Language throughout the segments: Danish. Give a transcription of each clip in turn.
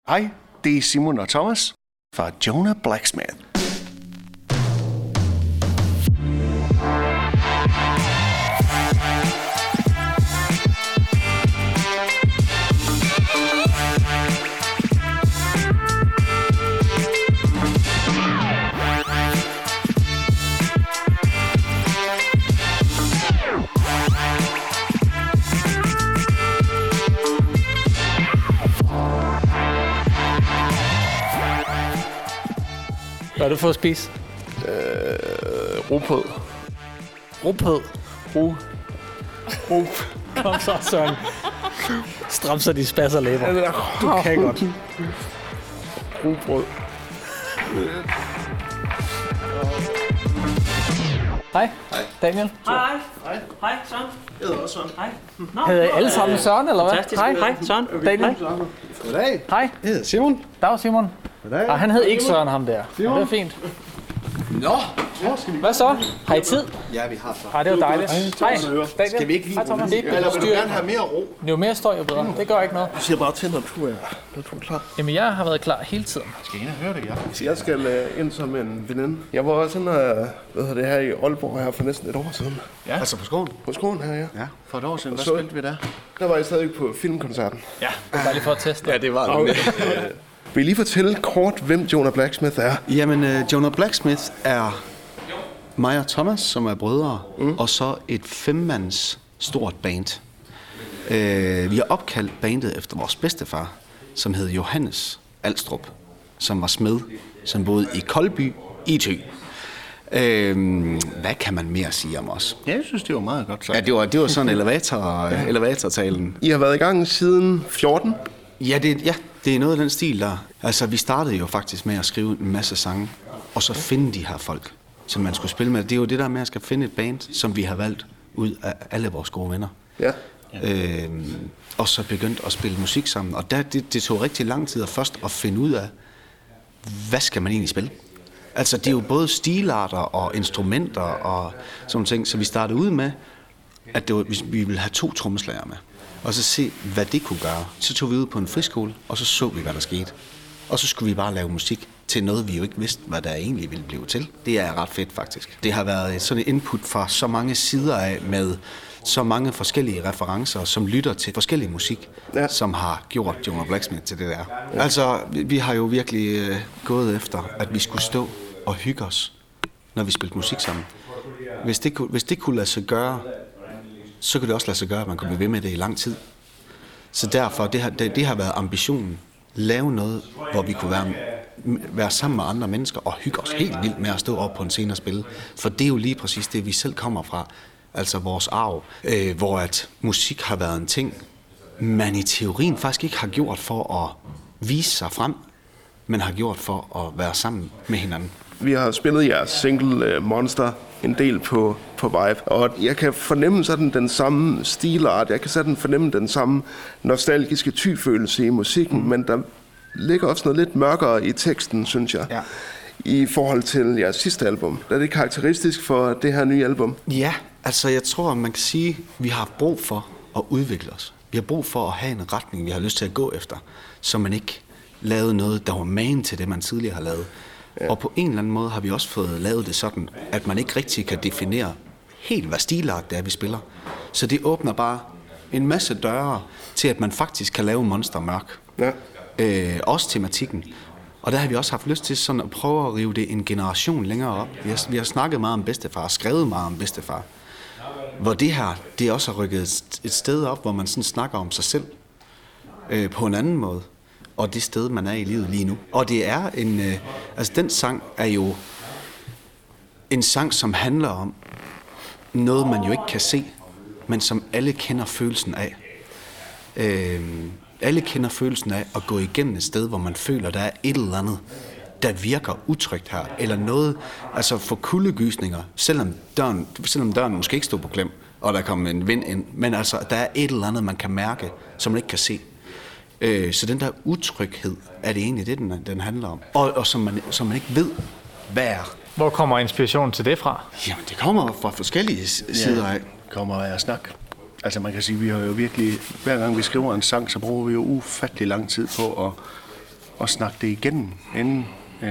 Hej, det er Simon og Thomas fra Jonah Blacksmith. Hvad har du fået at spise? Rugbrød. Rugbrød? Kom så, Søren. Stram så de spasser læber. Du kan godt. Rugbrød. Hej. Daniel. Hej. Hej, Søren. Jeg hedder også Søren. Hej. Hedder I alle sammen Søren, eller hvad? Fantastisk. Hej, Søren. Daniel. Goddag. Hej. Jeg hedder Simon. Dag, Simon. Goddag. Ah, han hed ikke Søren, ham der. Det er fint. Nå. Hvad så? Har I tid? Ja, vi har så. Ej, det var dejligt. Hej, Daniel. Skal vi ikke lige... Hej, Thomas. Det Eller vil du gerne have mere ro? Jo mere støj, jo bedre. Det gør ikke noget. Du siger bare til, når du er klar. Jamen, jeg har været klar hele tiden. Skal I ind og høre det, ja? Jeg skal ind som en veninde. Jeg var også det her i Aalborg her for næsten et år siden. Ja. Altså på skolen? På skolen her, ja. Ja, for et år siden. Hvad så- spillede vi der? Der var jeg stadig på filmkoncerten. Det er bare lige for at teste. Ja, det var det. Vil I lige fortælle kort, hvem Jonah Blacksmith er? Jamen, Jonah Blacksmith er mig og Thomas, som er brødre, og så et 5-mands stort band. Vi har opkaldt bandet efter vores bedstefar, som hed Johannes Alstrup, som var smed, som boede i Koldby i Thy. Hvad kan man mere sige om os? Ja, jeg synes, det var meget godt sagt. Ja, det var sådan elevatortalen. I har været i gang siden 14. Ja, det er noget af den stil der. Altså, vi startede jo faktisk med at skrive en masse sange, og så finde de her folk, som man skulle spille med. Det er jo det der med at skal finde et band, som vi har valgt ud af alle vores gode venner. Ja. Og så begyndt at spille musik sammen. Og det tog rigtig lang tid først at finde ud af, hvad skal man egentlig spille? Altså, det er jo både stilarter og instrumenter og sådan nogle ting. Så vi startede ud med, at vi ville have 2 trommeslagere med. Og så se, hvad det kunne gøre. Så tog vi ud på en friskole, og så vi, hvad der skete. Og så skulle vi bare lave musik til noget, vi jo ikke vidste, hvad der egentlig ville blive til. Det er ret fedt, faktisk. Det har været sådan et input fra så mange sider af, med så mange forskellige referencer, som lytter til forskellig musik, som har gjort Jonah Blacksmith til det der. Ja. Altså, vi har jo virkelig gået efter, at vi skulle stå og hygge os, når vi spillede musik sammen. Hvis det kunne lade sig gøre, så kunne det også lade sig gøre, at man kunne blive ved med det i lang tid. Så derfor, det har været ambitionen. Lave noget, hvor vi kunne være sammen med andre mennesker og hygge os helt vildt med at stå op på en scene og spille. For det er jo lige præcis det, vi selv kommer fra. Altså vores arv, hvor at musik har været en ting, man i teorien faktisk ikke har gjort for at vise sig frem, men har gjort for at være sammen med hinanden. Vi har spillet jeres single Monster en del på Vibe, og jeg kan fornemme sådan den samme stilart, jeg kan sådan fornemme den samme nostalgiske Thy-følelse i musikken, men der ligger også noget lidt mørkere i teksten, synes jeg, i forhold til jeres sidste album. Er det karakteristisk for det her nye album? Ja, altså jeg tror, man kan sige, at vi har brug for at udvikle os. Vi har brug for at have en retning, vi har lyst til at gå efter, så man ikke lavede noget, der var magen til det, man tidligere har lavet. Ja. Og på en eller anden måde har vi også fået lavet det sådan, at man ikke rigtig kan definere helt, hvad stilart det er, vi spiller. Så det åbner bare en masse døre til, at man faktisk kan lave Monster mørk. Ja. Også tematikken. Og der har vi også haft lyst til sådan at prøve at rive det en generation længere op. Vi har snakket meget om bedstefar, skrevet meget om bedstefar. Hvor det her, det også har rykket et sted op, hvor man sådan snakker om sig selv på en anden måde. Og det sted, man er i livet lige nu. Og det er den sang er jo en sang, som handler om noget, man jo ikke kan se, men som alle kender følelsen af. Alle kender følelsen af at gå igennem et sted, hvor man føler, der er et eller andet, der virker utrygt her. Eller noget, altså for kuldegysninger, selvom døren måske ikke stod på klem, og der kom en vind ind. Men altså, der er et eller andet, man kan mærke, som man ikke kan se. Så den der utryghed er det egentlig det, den handler om. Og som man ikke ved, hvad er. Hvor kommer inspirationen til det fra? Jamen, det kommer fra forskellige sider af. Kommer af at snakke. Altså man kan sige, vi har jo virkelig, hver gang vi skriver en sang, så bruger vi jo ufattelig lang tid på at snakke det igennem, inden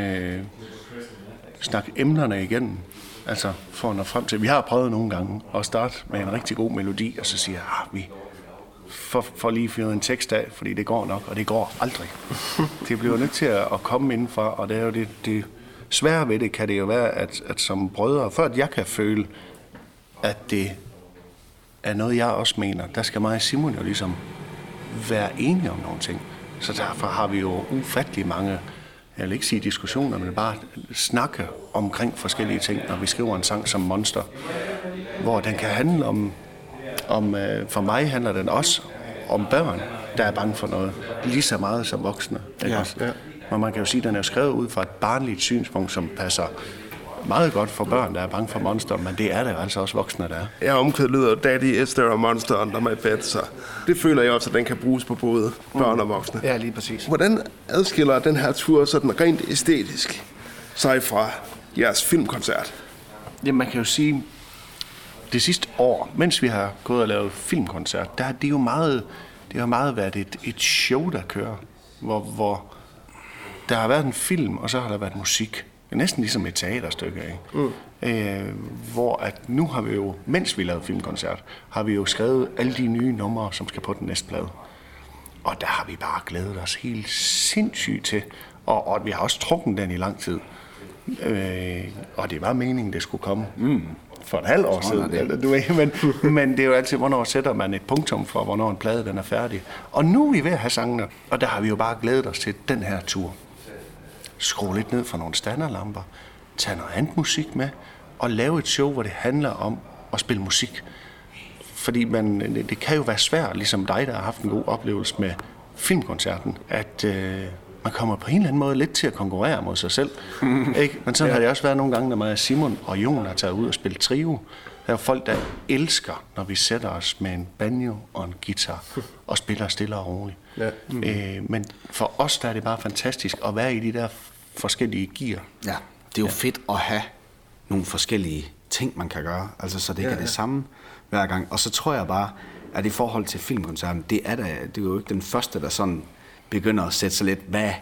snakke emnerne igennem. Altså for at nå frem til. Vi har prøvet nogle gange at starte med en rigtig god melodi, og så siger jeg, vi får lige fyret en tekst af, fordi det går nok, og det går aldrig. Det bliver nødt til at komme indenfor, og det er jo det svære ved det, kan det jo være, at som brødre, for at jeg kan føle, at det er noget, jeg også mener, der skal mig og Simon jo ligesom være enige om nogle ting. Så derfor har vi jo ufattelig mange, jeg vil ikke sige diskussioner, men bare snakke omkring forskellige ting, når vi skriver en sang som Monster, hvor den kan handle om for mig handler den også om børn, der er bange for noget, lige så meget som voksne. Ja. Men man kan jo sige, at den er skrevet ud fra et barnligt synspunkt, som passer meget godt for børn, der er bange for monster, men det er der altså også voksne, der er. Ja, omkvædet lyder Daddy, is there a monster under my bed, så det føler jeg også, at den kan bruges på både børn og voksne. Ja, lige præcis. Hvordan adskiller den her tur sådan rent æstetisk sig fra jeres filmkoncert? Ja, man kan jo sige, det sidste år, mens vi har gået og lavet filmkoncert, der har det jo meget været et show, der kører, hvor der har været en film, og så har der været musik. Det er næsten ligesom et teaterstykke, ikke? Hvor at nu har vi jo, mens vi lavede filmkoncert, har vi jo skrevet alle de nye numre, som skal på den næste plade. Og der har vi bare glædet os helt sindssygt til. Og vi har også trukket den i lang tid. Og det var meningen, det skulle komme for et halvt år siden. Men det er jo altid, hvornår sætter man et punktum for, hvornår en plade den er færdig. Og nu er vi ved at have sangene, og der har vi jo bare glædet os til den her tur. Skrue lidt ned for nogle standardlamper, tage noget andet musik med, og lave et show, hvor det handler om at spille musik. Fordi det kan jo være svært, ligesom dig, der har haft en god oplevelse med filmkoncerten, at man kommer på en eller anden måde lidt til at konkurrere mod sig selv. Ikke? Men sådan har det også været nogle gange, når mig og Simon og Jon har taget ud og spillet trio. Der er folk, der elsker, når vi sætter os med en banjo og en guitar og spiller stille og roligt. Ja. Men for os der er det bare fantastisk at være i de der forskellige gear. Ja, det er jo fedt at have nogle forskellige ting, man kan gøre. Altså, så det ikke er det samme hver gang. Og så tror jeg bare, at i forhold til filmkoncerten, det er jo ikke den første, der sådan begynder at sætte sig lidt, hvad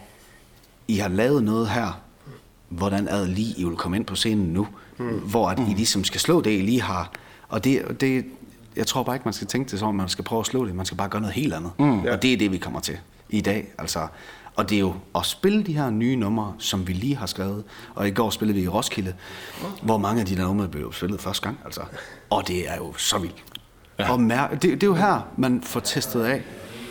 I har lavet noget her, hvordan er det lige, I vil komme ind på scenen nu, hvor at I ligesom skal slå det, I lige har. Og det jeg tror bare ikke, man skal tænke det sådan, man skal prøve at slå det, man skal bare gøre noget helt andet. Og det er det, vi kommer til i dag. Altså. Og det er jo at spille de her nye numre, som vi lige har skrevet. Og i går spillede vi i Roskilde, hvor mange af de der numre blev spillet første gang. Altså. Og det er jo så vildt. Ja. Og det er jo her, man får testet af,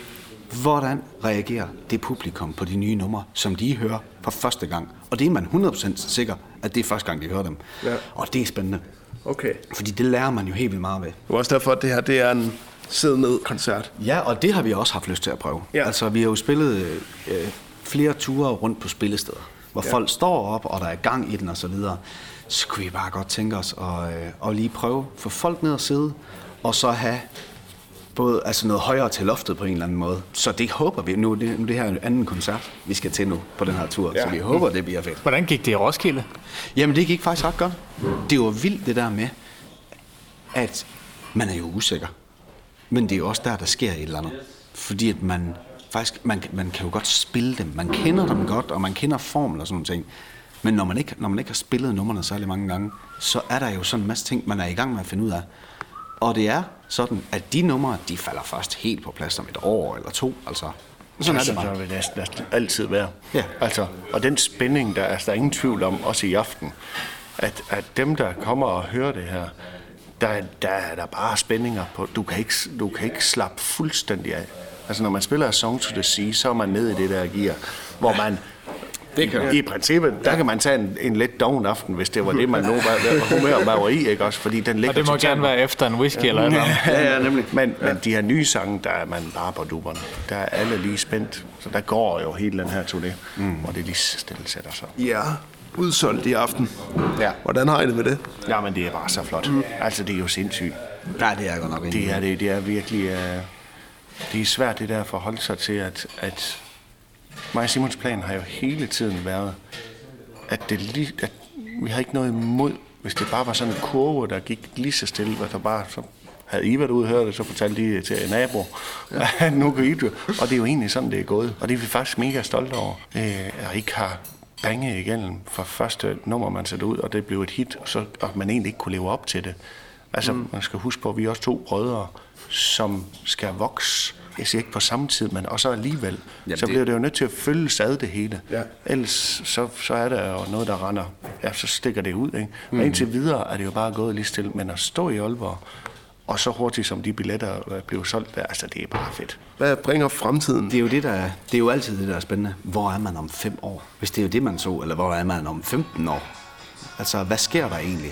hvordan reagerer det publikum på de nye numre, som de hører for første gang. Og det er man 100% sikker, at det er første gang, de hører dem. Ja. Og det er spændende. Okay. Fordi det lærer man jo helt vildt meget ved. Det er også derfor, at det her det er en sidde-ned-koncert. Ja, og det har vi også haft lyst til at prøve. Ja. Altså, vi har jo spillet flere ture rundt på spillesteder, hvor folk står op, og der er gang i den og så videre. Så kunne vi bare godt tænke os at lige prøve, få folk ned og sidde, og så have både altså noget højere til loftet på en eller anden måde. Så det håber vi nu. Det her er en anden koncert, vi skal til nu på den her tur. Ja. Så vi håber, det bliver fedt. Hvordan gik det i Roskilde? Jamen, det gik faktisk ret godt. Det var vildt det der med, at man er jo usikker. Men det er jo også der sker et eller andet. Fordi at man kan jo godt spille dem. Man kender dem godt, og man kender formel og sådan nogle ting. Men når man ikke har spillet numrene særlig mange gange, så er der jo sådan en masse ting, man er i gang med at finde ud af. Og det er sådan, at de numre, de falder først helt på plads om et år eller to. Altså, sådan er det bare. Så vil det altid være. Ja. Altså, og den spænding, der er ingen tvivl om, også i aften, at dem, der kommer og hører det her, der er der bare spændinger på. Du kan ikke slappe fuldstændig af. Altså, når man spiller A Song to the Sea, så er man nede i det der gear, hvor man i princippet, der kan man tage en lidt doven aften, hvis det var det, man nu var i, ikke også? Fordi den ligger. Og det må gerne være efter en whisky eller noget. Ja, nemlig. Men de her nye sange, der er man bare på dupperne. Der er alle lige spændt. Så der går jo hele den her turné, hvor det lige stille sætter sig. Ja, udsolgt i aften. Ja. Hvordan har I det med det? Ja, men det er bare så flot. Altså, det er jo sindssygt. Nej, det er godt nok ikke. Det er virkelig. Det er svært det der at forholde sig til, at mig og Simons plan har jo hele tiden været, at vi har ikke noget imod, hvis det bare var sådan en kurve, der gik lige så stille, hvor der bare så havde I været ude og høre det, så fortalte de til en nabo, at nu kan I det. Og det er jo egentlig sådan, det er gået. Og det er vi faktisk mega stolte over, at ikke har bange igennem for første nummer, man sætter ud, og det blev et hit, og man egentlig ikke kunne leve op til det. Altså, man skal huske på, at vi er også 2 brødre, som skal vokse. Jeg siger ikke på samme tid, men også alligevel. Jamen, så bliver det jo nødt til at følges ad det hele. Ja. Ellers så er der jo noget, der render. Ja, så stikker det ud, ikke? Og indtil videre er det jo bare gået lige stille. Men at stå i Aalborg, og så hurtigt som de billetter blev solgt der, altså det er bare fedt. Hvad bringer fremtiden? Det er jo altid det, der er spændende. Hvor er man om 5 år? Hvis det er jo det, man så, eller hvor er man om 15 år? Altså, hvad sker der egentlig?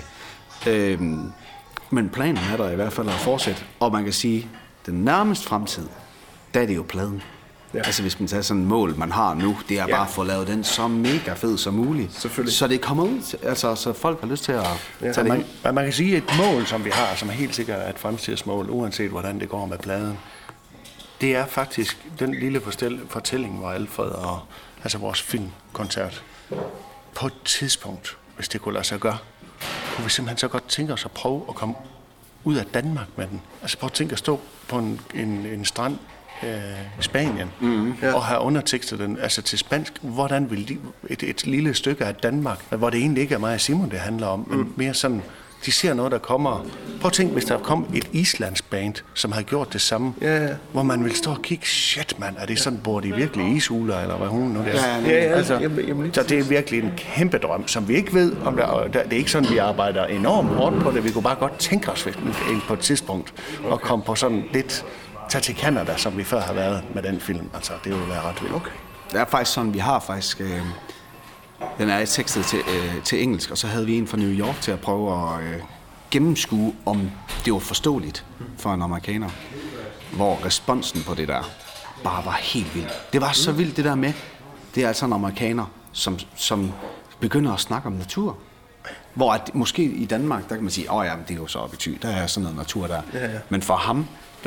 Men planen er der i hvert fald at fortsætte. Og man kan sige, den nærmeste fremtid, der er det jo pladen. Ja. Altså hvis man tager sådan et mål, man har nu, det er bare at få lavet den så mega fed som muligt. Så det kommer ud, altså så folk har lyst til at tage det ind. Man kan sige, et mål, som vi har, som er helt sikkert er et fremtidsmål, uanset hvordan det går med pladen, det er faktisk den lille fortælling, hvor Alfred og altså vores filmkoncert, på et tidspunkt, hvis det kunne lade sig gøre, kunne vi simpelthen så godt tænke os at prøve at komme ud af Danmark med den. Altså prøv at tænke at stå på en strand i Spanien og have undertekstet den altså til spansk. Hvordan vil de, et lille stykke af Danmark, hvor det egentlig ikke er mig og Simon, det handler om, men mere sådan, de ser noget, der kommer. Prøv at tænke, hvis der kom et islandsk band, som havde gjort det samme, hvor man vil stå og kigge, shit mand, er det sådan, bor de virkelig isuler, eller hvad hun nu det er? Altså, så det er virkelig en kæmpe drøm, som vi ikke ved, om det er ikke sådan, vi arbejder enormt hårdt på det. Vi kunne bare godt tænke os på et tidspunkt at komme på sådan lidt, tage til Canada, som vi før har været med den film. Altså, det ville være ret vildt. Okay. Det er faktisk sådan, vi har faktisk... den er tekstet til engelsk, og så havde vi en fra New York til at prøve at gennemskue, om det var forståeligt for en amerikaner. Hvor responsen på det der bare var helt vild. Det var så vildt det der med, det er altså en amerikaner, som begynder at snakke om natur. Hvor at, måske i Danmark, der kan man sige, ja, det er jo så oppe i Thy, der er sådan noget natur der. Ja. Men for ham,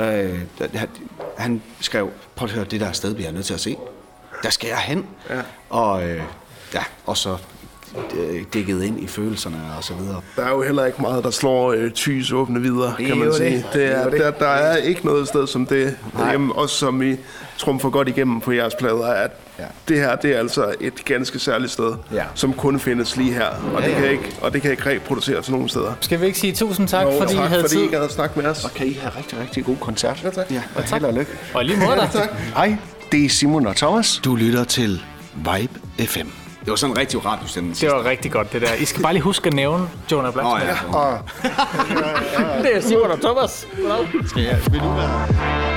han skrev, prøv at høre, det der sted bliver jeg nødt til at se. Der skal jeg hen. Ja. Og så dækket ind i følelserne og så videre. Der er jo heller ikke meget, der slår Thys åbne videre, kan man sige. Der er ikke noget sted som det. Også som I trumfer godt igennem på jeres plader, at det her, det er altså et ganske særligt sted, som kun findes lige her. Og det kan ikke reproduceres nogen steder. Skal vi ikke sige tusind tak, fordi I havde tid? Fordi I gad at snakke med os. Og kan I have rigtig, rigtig god koncert. Ja, tak. Ja, og held og lykke. Og lige måde dig. Hej, det er Simon og Thomas. Du lytter til Vibe FM. Det var sådan en rigtig radiostemme. Det var rigtig godt, det der. I skal bare lige huske at nævne Jonah Blacksmith. Og det er Simon og Thomas. vil du være